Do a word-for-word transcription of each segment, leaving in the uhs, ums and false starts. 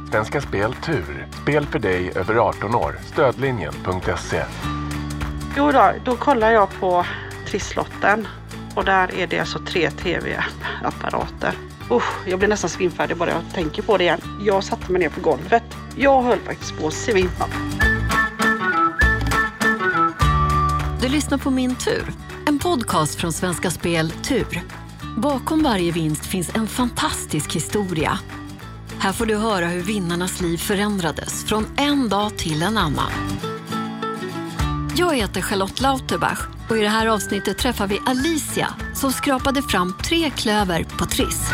Svenska Spel Tur. Spel för dig över arton år. Stödlinjen punkt se. Jo då, då kollar jag på trisslotten. Och där är det alltså tre tv-apparater. Usch, jag blir nästan svimfärdig bara jag tänker på det igen. Jag satte mig ner på golvet. Jag höll faktiskt på att svimma. Du lyssnar på Min Tur. En podcast från Svenska Spel Tur. Bakom varje vinst finns en fantastisk historia. Här får du höra hur vinnarnas liv förändrades från en dag till en annan. Jag heter Charlotte Lauterbach och i det här avsnittet träffar vi Alicia som skrapade fram tre klöver på Triss.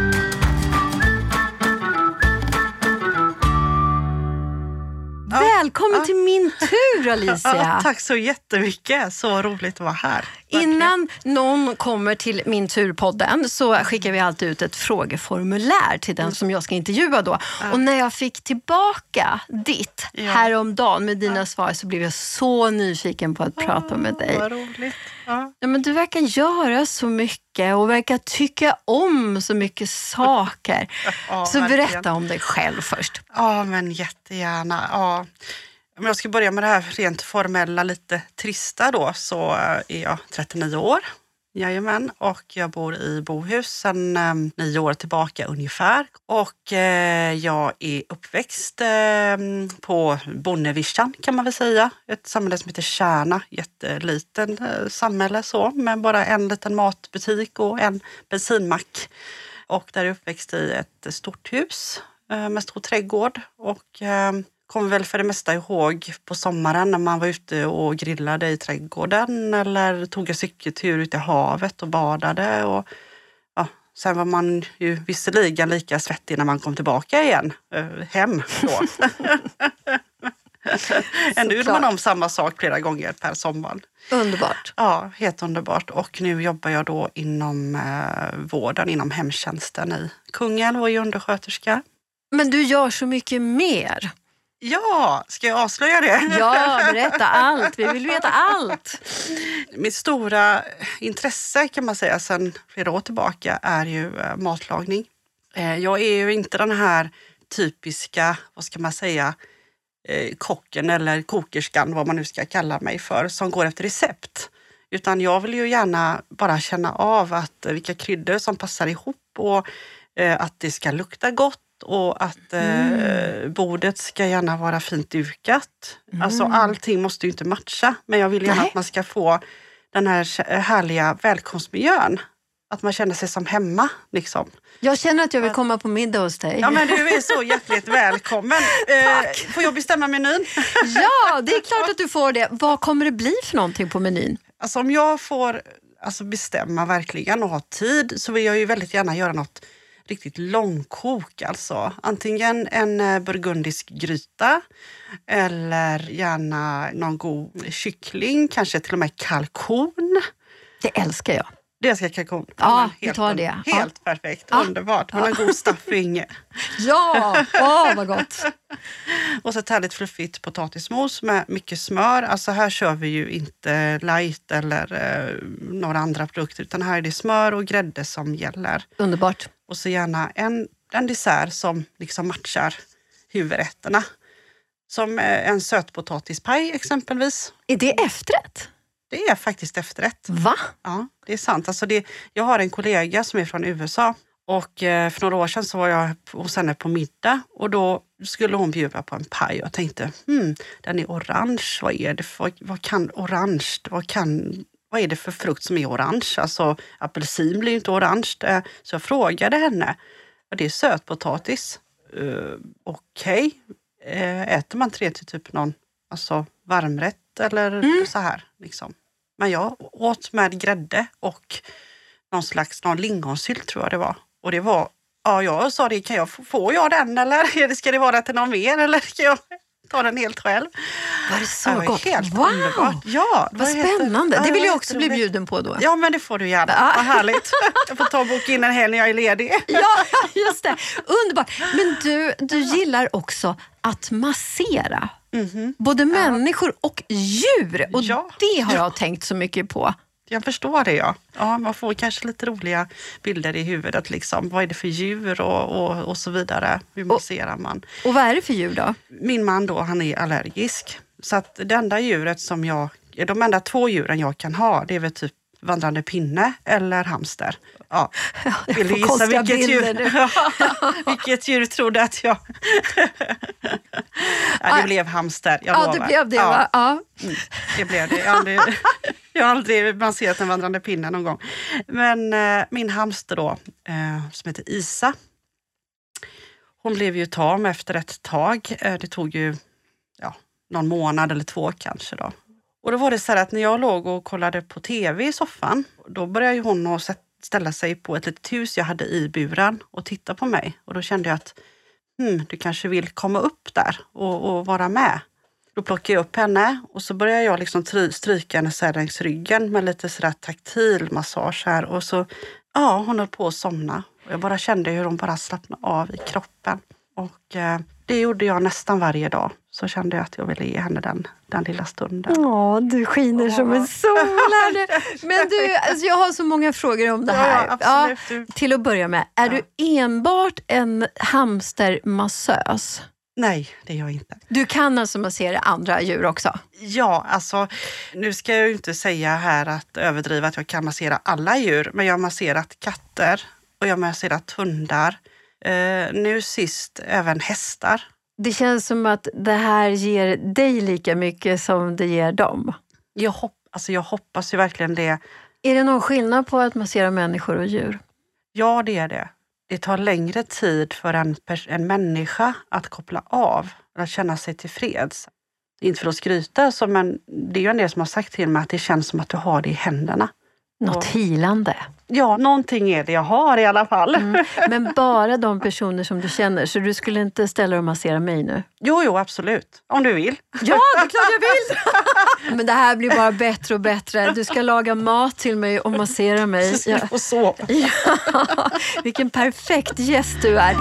Välkommen ja. till Min Tur, Alicia. Ja, tack så jättemycket. Så roligt att vara här. Verkligen. Innan någon kommer till Min Tur-podden så skickar vi alltid ut ett frågeformulär till den som jag ska intervjua då. Ja. Och när jag fick tillbaka ditt ja. häromdagen med dina ja. svar så blev jag så nyfiken på att ja, prata med dig. Vad roligt. Ja. Ja, men du verkar göra så mycket och verkar tycka om så mycket saker. Ja, så verkligen. Berätta om dig själv först. Ja, men jättegärna. Ja. Om jag ska börja med det här rent formella, lite trista då, så är jag trettionio år. Jajamän, och jag bor i Bohus sedan eh, nio år tillbaka ungefär. Och eh, jag är uppväxt eh, på Bonnevischan kan man väl säga. Ett samhälle som heter Kärna, jätteliten eh, samhälle så, med bara en liten matbutik och en bensinmack. Och där är jag uppväxt i ett stort hus eh, med stor trädgård och... Eh, kommer väl för det mesta ihåg på sommaren när man var ute och grillade i trädgården eller tog en cykeltur ut i havet och badade. Och, ja, sen var man ju visserligen lika svettig när man kom tillbaka igen, äh, hem då. Ändå gjorde man om samma sak flera gånger per sommar. Underbart. Ja, helt underbart. Och nu jobbar jag då inom eh, vården, inom hemtjänsten i Kungälv och är undersköterska. Men du gör så mycket mer. Ja, ska jag avslöja det? Ja, berätta allt. Vi vill veta allt. Mitt stora intresse kan man säga sedan flera år tillbaka är ju matlagning. Jag är ju inte den här typiska, vad ska man säga, kocken eller kokerskan, vad man nu ska kalla mig för, som går efter recept. Utan jag vill ju gärna bara känna av att vilka kryddor som passar ihop och att det ska lukta gott. Och att eh, mm. bordet ska gärna vara fint dukat. Mm. Alltså allting måste ju inte matcha. Men jag vill gärna Nej. att man ska få den här härliga välkomstmiljön. Att man känner sig som hemma liksom. Jag känner att jag vill komma på middag hos dig. Ja, men du är så hjärtligt välkommen. Tack. Eh, får jag bestämma menyn? Ja, det är klart att du får det. Vad kommer det bli för någonting på menyn? Alltså om jag får alltså, bestämma verkligen och ha tid så vill jag ju väldigt gärna göra något riktigt långkok alltså. Antingen en burgundisk gryta eller gärna någon god kyckling, kanske till och med kalkon. Det älskar jag. Det älskar kalkon. Ja, vi tar det. Helt ja. perfekt, ja. underbart. Med ja. en god stuffing. Ja, åh vad gott. Och så ett härligt fluffigt potatismos med mycket smör. Alltså här kör vi ju inte light eller eh, några andra produkter, utan här är det smör och grädde som gäller. Underbart. Och så gärna en, en dessert som liksom matchar huvudrätterna. Som en sötpotatispaj exempelvis. Är det efterrätt? Det är faktiskt efterrätt. Va? Ja, det är sant. Alltså det, jag har en kollega som är från U S A. Och eh, för några år sedan så var jag hos henne på middag. Och då skulle hon bjuda på en paj. Och jag tänkte, hmm, den är orange. Vad är det för, vad kan orange, vad kan... Vad är det för frukt som är orange? Alltså apelsin blir ju inte orange. Så jag frågade henne. Det är sötpotatis. Uh, Okej. Okay. Uh, äter man tre till typ någon alltså varmrätt eller mm. så här. Liksom. Men jag åt med grädde och någon slags någon lingonsylt tror jag det var. Och det var, ja jag sa det, kan jag, får jag den eller ska det vara till någon mer eller ska jag... ta den helt själv. Var det så var gott? Helt wow! Underbart. Ja, vad spännande. Helt, det vill jag ja, också bli bjuden på då. Ja, men det får du gärna. Ja. Vad härligt. Jag får ta och boka in en helg när jag är ledig. Ja, just det. Underbart. Men du, du gillar också att massera. Mm-hmm. Både människor och djur. Och ja. det har jag tänkt så mycket på. jag förstår det, ja. Ja, man får kanske lite roliga bilder i huvudet. Liksom. Vad är det för djur och, och, och så vidare. Hur masserar man? Och vad är det för djur då? Min man då, han är allergisk. Så att det enda djuret som jag... De enda två djuren jag kan ha, det är väl typ vandrande pinne eller hamster. Ja. Vill du gissa vilket djur, vilket djur trodde att jag... ja, det blev hamster, jag Ja, lovar. det blev det, ja. va? Ja. Mm, det blev det. Jag har aldrig, jag har aldrig masserat en vandrande pinne någon gång. Men eh, min hamster då, eh, som heter Isa, hon blev ju tam efter ett tag. Eh, det tog ju ja, någon månad eller två kanske då. Och då var det så här att när jag låg och kollade på tv i soffan, då började ju hon att ställa sig på ett litet hus jag hade i buren och titta på mig. Och då kände jag att hmm, du kanske vill komma upp där och, och vara med. Då plockade jag upp henne och så började jag liksom stryka henne så här längs ryggen med lite sådär taktil massage här. Och så, ja, hon höll på att somna. Och jag bara kände hur hon bara slappnade av i kroppen. Och eh, det gjorde jag nästan varje dag. Så kände jag att jag ville ge henne den, den lilla stunden. Ja, du skiner Åh. som en sol. Men du, alltså jag har så många frågor om det här. Ja, absolut. Ja, till att börja med, är ja. du enbart en hamstermassös? Nej, det är jag inte. Du kan alltså massera andra djur också? Ja, alltså nu ska jag ju inte säga här att överdriva att jag kan massera alla djur. Men jag har masserat katter och jag har masserat hundar. Eh, nu sist även hästar. Det känns som att det här ger dig lika mycket som det ger dem. Jag, hopp, alltså jag hoppas ju verkligen det. Är det någon skillnad på att massera människor och djur? Ja, det är det. Det tar längre tid för en, en människa att koppla av. Att känna sig tillfreds. Inte för att skryta, så, men det är ju en del som har sagt till mig att det känns som att du har det i händerna. Något och, hilande. Ja, någonting är det jag har i alla fall. Mm. Men bara de personer som du känner, så du skulle inte ställa dig och massera mig nu? Jo, jo, absolut. Om du vill. Ja, det är klart jag vill! Men det här blir bara bättre och bättre. Du ska laga mat till mig och massera mig. Så jag får sova. Ja, vilken perfekt gäst du är.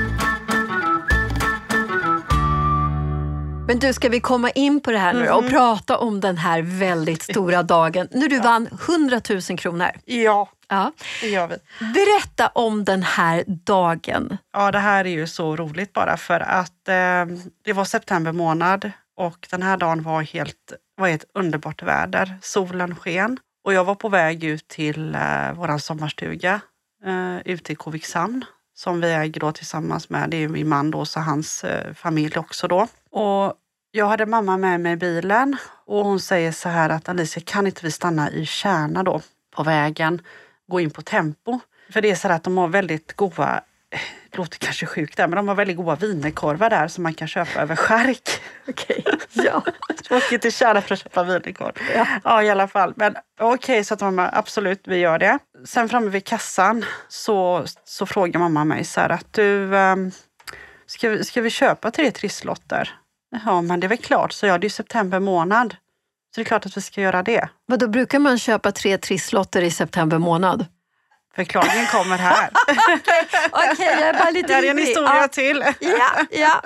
Men du, ska vi komma in på det här nu och prata om den här väldigt stora dagen när du vann hundratusen kronor? Ja, ja, det gör vi. Berätta om den här dagen. Ja, det här är ju så roligt bara för att eh, det var september månad och den här dagen var helt var ett underbart väder. Solen sken och jag var på väg ut till eh, våran sommarstuga eh, ute i Kovikshamn som vi äger då tillsammans med, det är min man då, så hans eh, familj också då. Och jag hade mamma med mig i bilen och hon säger så här att Alicia, kan inte vi stanna i Kärna då på vägen, gå in på Tempo? För det är så här att de har väldigt goda, det låter kanske sjukt där, men de har väldigt goda wienerkorvar där som man kan köpa över skärk. Okej, okay. Ja. Jag åker till Kärna för att köpa wienerkorv. Ja. Ja, i alla fall. Men okej, okay, så att mamma, absolut, vi gör det. Sen framme vid kassan så, så frågar mamma mig så här att du, um, ska, vi, ska vi köpa tre trisslotter? Ja, men det är väl klart. Så ja, det är september månad. Så det är klart att vi ska göra det. Vad då brukar man köpa tre trisslotter i september månad? Förklaringen kommer här. Okej, okay, okay, jag är bara lite... Det är en historia ja. till. Ja, ja.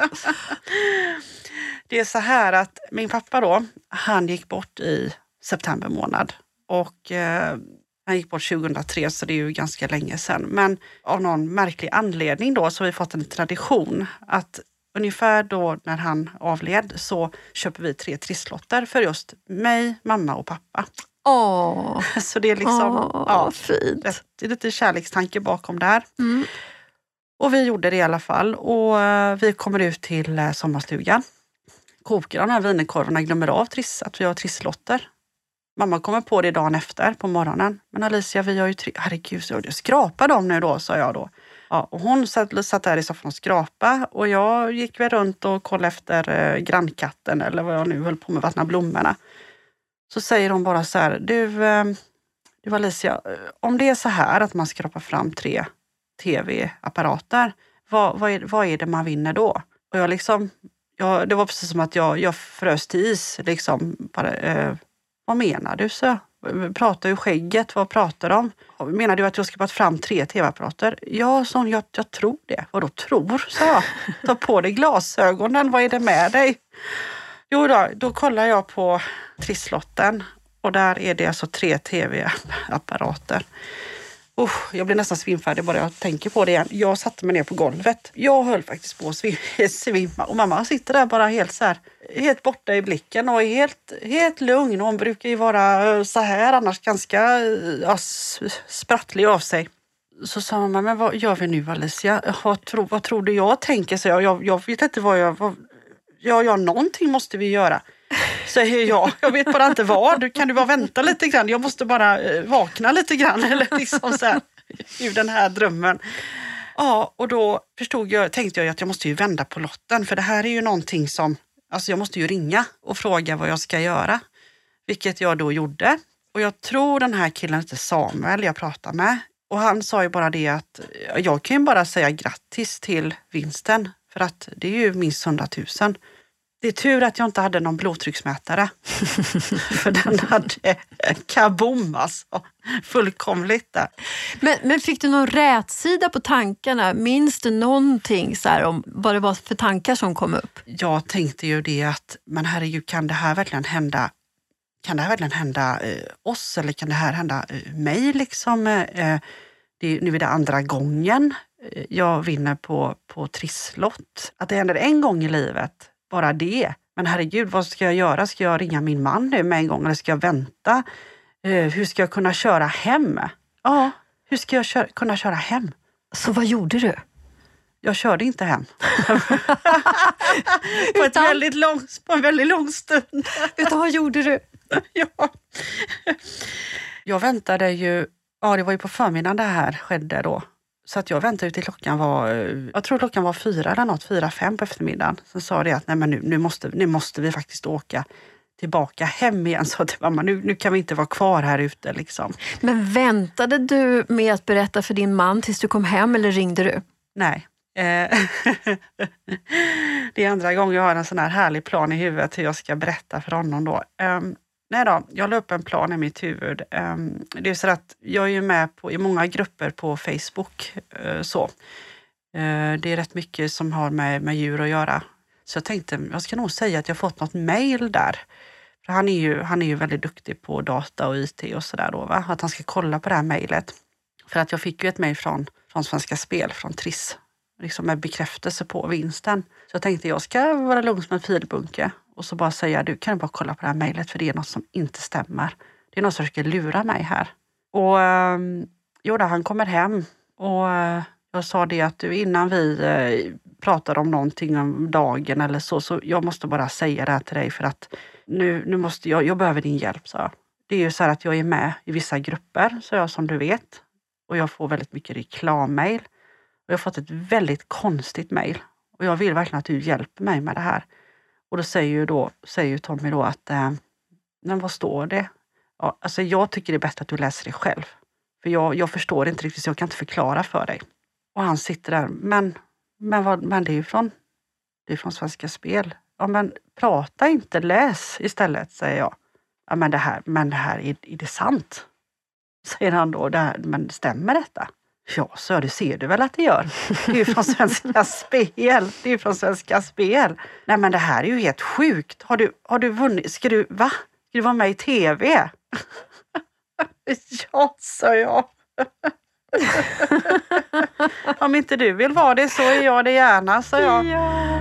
Det är så här att min pappa då, han gick bort i september månad. Och eh, han gick bort tjugohundratre, så det är ju ganska länge sedan. Men av någon märklig anledning då så har vi fått en tradition att ungefär då när han avled så köper vi tre trisslotter för just mig, mamma och pappa. Åh, så det är liksom åh, ja, fint. Det är lite kärlekstanke bakom där. Mm. Och vi gjorde det i alla fall. Och vi kommer ut till sommarstugan. Kokar de här wienerkorvarna, glömmer av triss, att vi har trisslotter. Mamma kommer på det dagen efter på morgonen. Men Alicia, vi har ju tri- herregud, så jag skrapa dem nu då, sa jag då. Ja, och hon satt, satt där i soffan och skrapa och jag gick väl runt och kollade efter eh, grannkatten eller vad jag nu höll på med, vattna blommorna. Så säger hon bara så här, du, eh, du Alicia, om det är så här att man skrapar fram tre tv-apparater, vad, vad, är, vad är det man vinner då? Och jag liksom, jag, det var precis som att jag, jag frös till is, liksom, bara, eh, vad menar du så? Pratar ju skägget, vad pratar de? Menar du att jag har skapat fram tre tv-apparater? Ja, så jag, jag tror det. Vad då tror, sa jag. Ta på dig glasögonen, vad är det med dig? Jo då, då kollar jag på trisslotten Och där är det alltså tre tv-apparater. Uh, jag blir nästan svimfärdig bara jag tänker på det igen. Jag satte mig ner på golvet. Jag höll faktiskt på att svim- svimma. Och mamma sitter där bara helt så här, helt borta i blicken och är helt, helt lugn. Hon brukar ju vara så här annars ganska ja, sprattlig av sig. Så sa mamma, men vad gör vi nu Alicia? Vad, tro, vad tror du jag tänker? Så jag, jag, jag vet inte vad jag... Vad, ja, ja, någonting måste vi göra. Säger jag. Jag vet bara inte vad. Kan du bara vänta lite grann? Jag måste bara eh, vakna lite grann. Eller liksom så här, ur den här drömmen. Ja, och då förstod jag, tänkte jag att jag måste ju vända på lotten. För det här är ju någonting som... Alltså jag måste ju ringa och fråga vad jag ska göra. Vilket jag då gjorde. Och jag tror den här killen heter Samuel jag pratar med. Och han sa ju bara det att jag kan ju bara säga grattis till vinsten. För att det är ju minst hundratusen. Det är tur att jag inte hade någon blodtrycksmätare. För den hade kaboom alltså. Fullkomligt där. Men, men fick du någon rätsida på tankarna? Minns du någonting så här om vad det var för tankar som kom upp? Jag tänkte ju det att, men herregud, kan det här verkligen hända? Kan det här verkligen hända eh, oss? Eller kan det här hända eh, mig liksom? Eh, det, nu är det andra gången jag vinner på, på trisslott. Att det händer en gång i livet. Bara det. Men herregud, vad ska jag göra? Ska jag ringa min man nu med en gång? Eller ska jag vänta? Uh, hur ska jag kunna köra hem? Ja, hur ska jag köra, kunna köra hem? Så vad gjorde du? Jag körde inte hem. på, ett väldigt lång, på en väldigt lång stund. Utan vad gjorde du? ja. Jag väntade ju... Ja, det var ju på förmiddagen det här skedde då. Så att jag väntade till klockan var, jag tror klockan var fyra eller något, fyra, fem på eftermiddagen. Sen sa det att nej men nu, nu, måste, nu måste vi faktiskt åka tillbaka hem igen. Så att mamma, nu, nu kan vi inte vara kvar här ute liksom. Men väntade du med att berätta för din man tills du kom hem eller ringde du? Nej. Det är andra gången jag har en sån här härlig plan i huvudet hur jag ska berätta för honom då. Um, nej då, jag la upp en plan i mitt huvud. Um, det är så att jag är ju med på, i många grupper på Facebook. Uh, så. Uh, det är rätt mycket som har med, med djur att göra. Så jag tänkte, jag ska nog säga att jag fått något mejl där. För han är ju, han är ju väldigt duktig på data och I T och sådär då, va? Att han ska kolla på det här mejlet. För att jag fick ju ett mejl från, från Svenska Spel, från Triss. Liksom med bekräftelse på vinsten. Så jag tänkte jag ska vara lugn som en filbunke och så bara säga, du kan bara kolla på det här mejlet för det är något som inte stämmer. Det är något som försöker lura mig här. Och eh, jo då, han kommer hem och eh, jag sa det att du innan vi eh, pratade om någonting om dagen eller så, så jag måste bara säga det här till dig för att nu, nu måste jag, jag behöver din hjälp, så. Det är ju så här att jag är med i vissa grupper, så jag som du vet. Och jag får väldigt mycket reklammail. Och jag har fått ett väldigt konstigt mejl. Och jag vill verkligen att du hjälper mig med det här. Och då säger ju, då, säger ju Tommy då att, eh, men vad står det? Ja, alltså jag tycker det är bäst att du läser det själv. För jag, jag förstår inte riktigt, så jag kan inte förklara för dig. Och han sitter där, men, men, vad, men det är ju från, det är från Svenska Spel. Ja, men prata inte, läs istället, säger jag. Ja, men det här, men det här är, är det sant? Säger han då, det här, men stämmer detta? Ja, så det ser du väl att det gör. Det är ju från Svenska Spel. Det är ju från Svenska Spel. Nej, men det här är ju helt sjukt. Har du, har du vunnit? Ska du, va? Ska du vara med i tv? Ja, sa jag. Om inte du vill vara det så är jag det gärna, sa jag. Ja.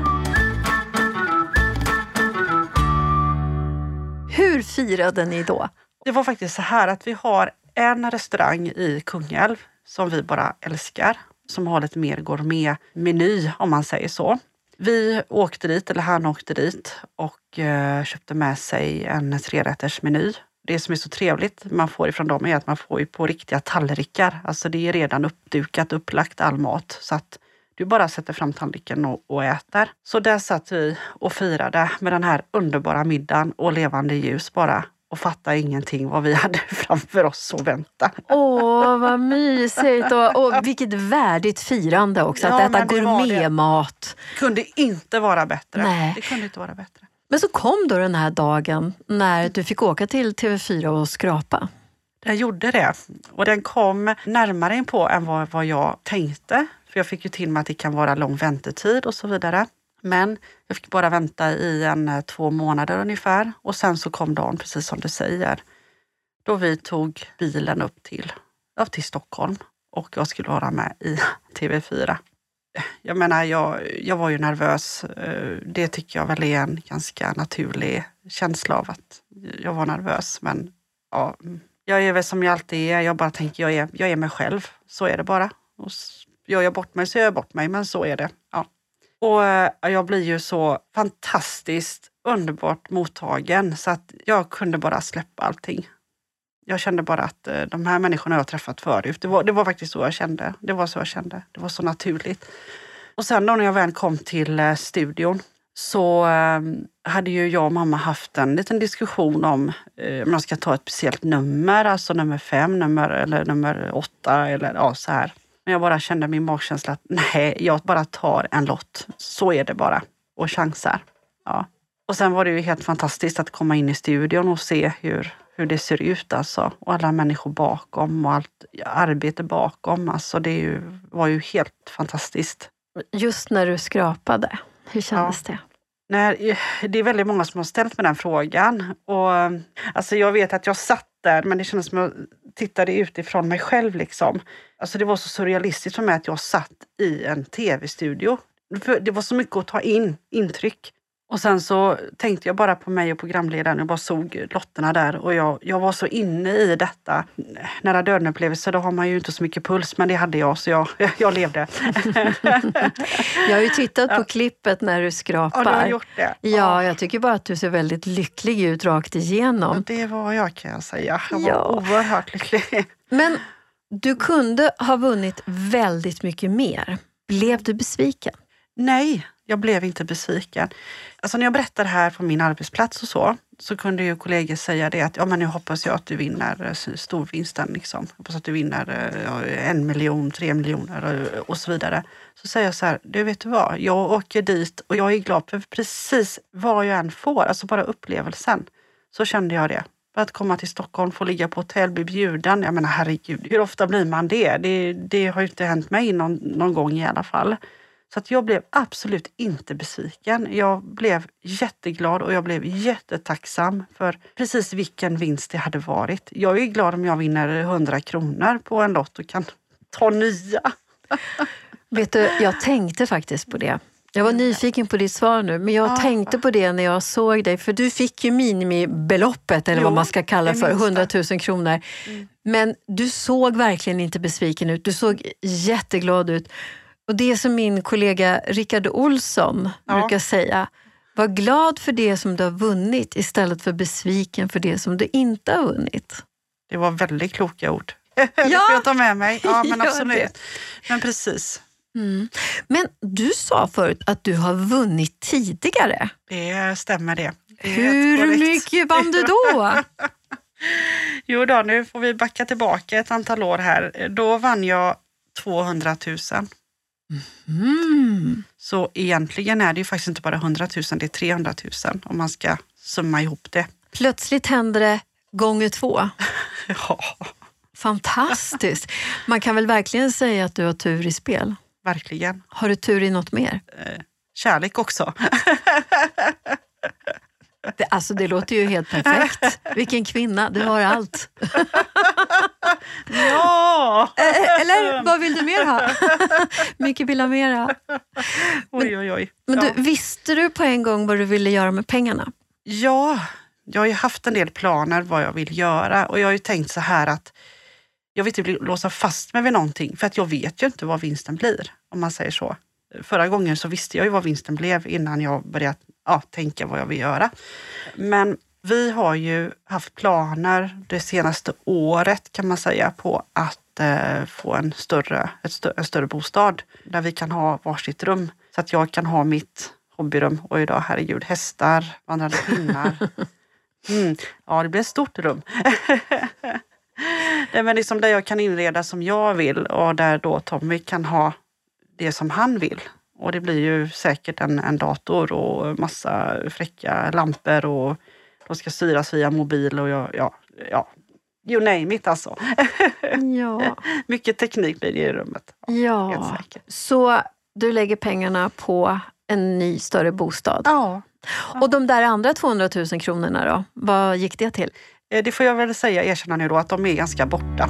Hur firade ni då? Det var faktiskt så här att vi har en restaurang i Kungälv som vi bara älskar. Som har lite mer gourmet-meny, om man säger så. Vi åkte dit, eller han åkte dit och eh, köpte med sig en trerättersmeny. Det som är så trevligt man får ifrån dem är att man får ju på riktiga tallrikar. Alltså det är redan uppdukat, upplagt all mat. Så att du bara sätter fram tallriken och, och äter. Så där satt vi och firade med den här underbara middagen och levande ljus bara. Och fattade ingenting vad vi hade framför oss och vänta. Åh, vad mysigt. Och, och vilket värdigt firande också. Ja, att äta men det var det. gourmetmat. Kunde inte vara bättre. Nej. Det kunde inte vara bättre. Men så kom då den här dagen när du fick åka till T V fyra och skrapa. Den gjorde det. Och den kom närmare in på än vad, vad jag tänkte. För jag fick ju till mig att det kan vara lång väntetid och så vidare. Men jag fick bara vänta i en två månader ungefär. Och sen så kom dagen, precis som du säger. Då vi tog bilen upp till, upp till Stockholm och jag skulle vara med i T V fyra. Jag menar, jag, jag var ju nervös. Det tycker jag väl är en ganska naturlig känsla av att jag var nervös. Men ja, jag är väl som jag alltid är. Jag bara tänker, jag är, jag är mig själv. Så är det bara. Och gör jag bort mig så gör jag bort mig, men så är det. Ja. Och jag blir ju så fantastiskt underbart mottagen så att jag kunde bara släppa allting. Jag kände bara att de här människorna jag har träffat förut, det var, det var faktiskt så jag kände. Det var så jag kände. Det var så naturligt. Och sen då när jag väl kom till studion så eh, hade ju jag och mamma haft en liten diskussion om eh, om jag ska ta ett speciellt nummer, alltså nummer fem, nummer, eller nummer åtta eller ja, så här. Men jag bara kände min magkänsla att nej, jag bara tar en lott. Så är det bara. Och chansar. Ja. Och sen var det ju helt fantastiskt att komma in i studion och se hur, hur det ser ut alltså. Och alla människor bakom och allt arbete bakom. Alltså det är ju, var ju helt fantastiskt. Just när du skrapade, hur kändes ja. det? Nej, det är väldigt många som har ställt mig den frågan. Och alltså jag vet att jag satt där, men det kändes som att jag tittade utifrån mig själv liksom. Alltså det var så surrealistiskt för mig att jag satt i en tv-studio. Det var så mycket att ta in, intryck. Och sen så tänkte jag bara på mig och programledaren och bara såg lotterna där. Och jag, jag var så inne i detta. Nära döden-upplevelse, då har man ju inte så mycket puls, men det hade jag, så jag, jag levde. Jag har ju tittat på ja. klippet när du skrapar. Ja, du har gjort det. Ja, ja, jag tycker bara att du ser väldigt lycklig ut rakt igenom. Ja, det var jag, kan jag säga. Jag var ja. oerhört lycklig. Men du kunde ha vunnit väldigt mycket mer. Blev du besviken? Nej, jag blev inte besviken. Alltså när jag berättade här på min arbetsplats och så, så kunde ju kollegor säga det att ja, men nu hoppas jag att du vinner storvinsten liksom. Jag hoppas att du vinner ja, en miljon, tre miljoner och, och så vidare. Så säger jag så här, du vet du vad, jag åker dit och jag är glad för precis vad jag än får, alltså bara upplevelsen. Så kände jag det. Att komma till Stockholm, få ligga på hotell, bli bjuden. Jag menar herregud, hur ofta blir man det? Det, det har ju inte hänt mig någon, någon gång i alla fall. Så att jag blev absolut inte besviken. Jag blev jätteglad och jag blev jättetacksam för precis vilken vinst det hade varit. Jag är glad om jag vinner hundra kronor på en lott och kan ta nya. Vet du, jag tänkte faktiskt på det. Jag var nyfiken på ditt svar nu, men jag ja. tänkte på det när jag såg dig. För du fick ju minimibeloppet, eller jo, vad man ska kalla för, hundratusen kronor. Mm. Men du såg verkligen inte besviken ut. Du såg jätteglad ut. Och det som min kollega Rickard Olsson ja. brukar säga, var glad för det som du har vunnit istället för besviken för det som du inte har vunnit. Det var väldigt kloka ord. Ja. Det får jag ta med mig. Ja, men absolut. Det. Men precis. Mm. Men du sa förut att du har vunnit tidigare. Det stämmer det. det Hur mycket vann du då? Jo då, nu får vi backa tillbaka ett antal år här. Då vann jag tvåhundratusen. Mm. Så egentligen är det ju faktiskt inte bara hundratusen, det är trehundratusen om man ska summa ihop det. Plötsligt händer det gånger två. Ja. Fantastiskt. Man kan väl verkligen säga att du har tur i spel? Verkligen. Har du tur i något mer? Eh, kärlek också. Det, alltså det låter ju helt perfekt. Vilken kvinna, du har allt. Ja! Eller vad vill du mer ha? Mycket vill ha mera. Men, oj, oj, oj. Men ja. du, visste du på en gång vad du ville göra med pengarna? Ja, jag har ju haft en del planer vad jag vill göra. Och jag har ju tänkt så här att jag vill inte låsa fast mig vid någonting. För att jag vet ju inte vad vinsten blir, om man säger så. Förra gången så visste jag ju vad vinsten blev innan jag började ja, tänka vad jag vill göra. Men vi har ju haft planer det senaste året kan man säga på att eh, få en större, ett stö- en större bostad där vi kan ha varsitt rum. Så att jag kan ha mitt hobbyrum och idag, herregud, hästar, vandrande pinnar. Mm. Ja, det blir ett stort rum. Det är liksom där jag kan inreda som jag vill och där då Tommy kan ha det som han vill. Och det blir ju säkert en, en dator och massa fräcka lampor och de ska styras via mobil och jag, ja, ja, you name it alltså. Ja. Mycket teknik blir det i rummet. Ja, ja. Så du lägger pengarna på en ny större bostad? Ja. Och de där andra tvåhundratusen kronorna då, vad gick det till? det får jag väl säga, erkänna nu då, att de är ganska borta.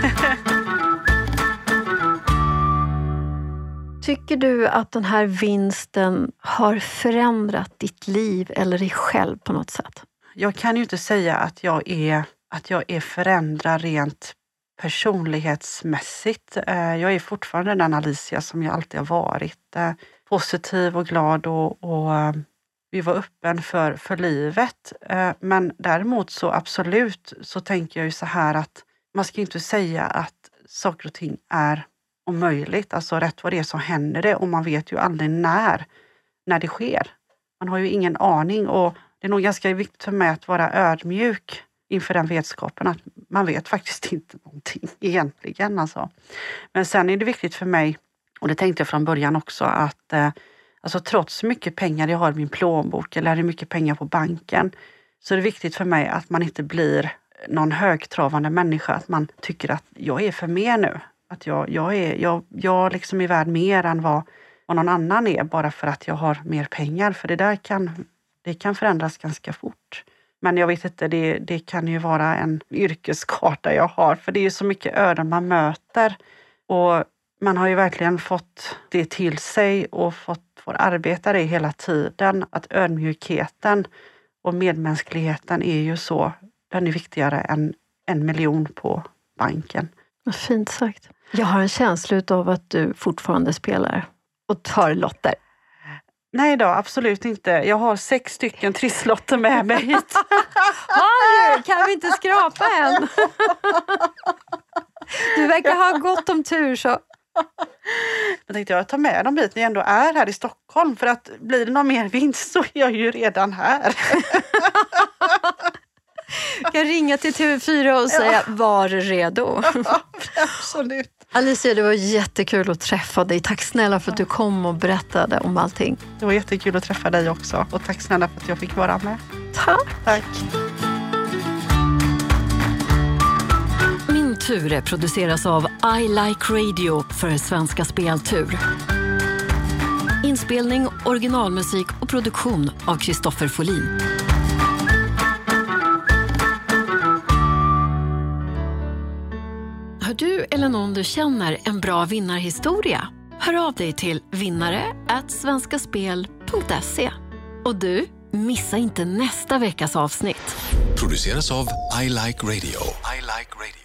Tycker du att den här vinsten har förändrat ditt liv eller dig själv på något sätt? Jag kan ju inte säga att jag är, att jag är förändrad rent personlighetsmässigt. Jag är fortfarande den Alicia som jag alltid har varit. Positiv och glad och, och vi var öppen för, för livet. Men däremot så absolut så tänker jag ju så här att man ska inte säga att saker och ting är omöjligt. Alltså rätt vad det är så händer det och man vet ju aldrig när, när det sker. Man har ju ingen aning och det är nog ganska viktigt för mig att vara ödmjuk inför den vetskapen att man vet faktiskt inte någonting egentligen. Alltså. Men sen är det viktigt för mig, och det tänkte jag från början också, att eh, alltså, trots hur mycket pengar jag har i min plånbok eller hur mycket pengar på banken, så är det viktigt för mig att man inte blir någon högtravande människa, att man tycker att jag är för mer nu. Att jag, jag, är, jag, jag liksom är värd mer än vad, vad någon annan är bara för att jag har mer pengar. För det där kan, det kan förändras ganska fort. Men jag vet inte, det, det kan ju vara en yrkeskarta jag har. För det är ju så mycket öden man möter. Och man har ju verkligen fått det till sig och fått få arbeta det hela tiden. Att ödmjukheten och medmänskligheten är ju så, den är viktigare än en miljon på banken. Fint sagt. Jag har en känsla av att du fortfarande spelar och tar lotter. Nej då, absolut inte. Jag har sex stycken trisslotter med mig hit. Har du? Kan vi inte skrapa en? Du verkar ha gott om tur så. Jag tänkte jag tar med dem hit när jag ändå är här i Stockholm. För att blir det någon mer vinst så är jag ju redan här. Jag kan ringa till T V fyra och säga, ja. Var redo. Ja, absolut. Alicia, det var jättekul att träffa dig. Tack snälla för att du kom och berättade om allting. Det var jättekul att träffa dig också. Och tack snälla för att jag fick vara med. Tack. Tack. Min tur produceras av I Like Radio för Svenska Speltur. Inspelning, originalmusik och produktion av Kristoffer Folin. Har du eller någon du känner en bra vinnarhistoria? Hör av dig till vinnare at svenskaspel punkt se. Och du, missa inte nästa veckas avsnitt. Produceras av I Like Radio. I Like Radio.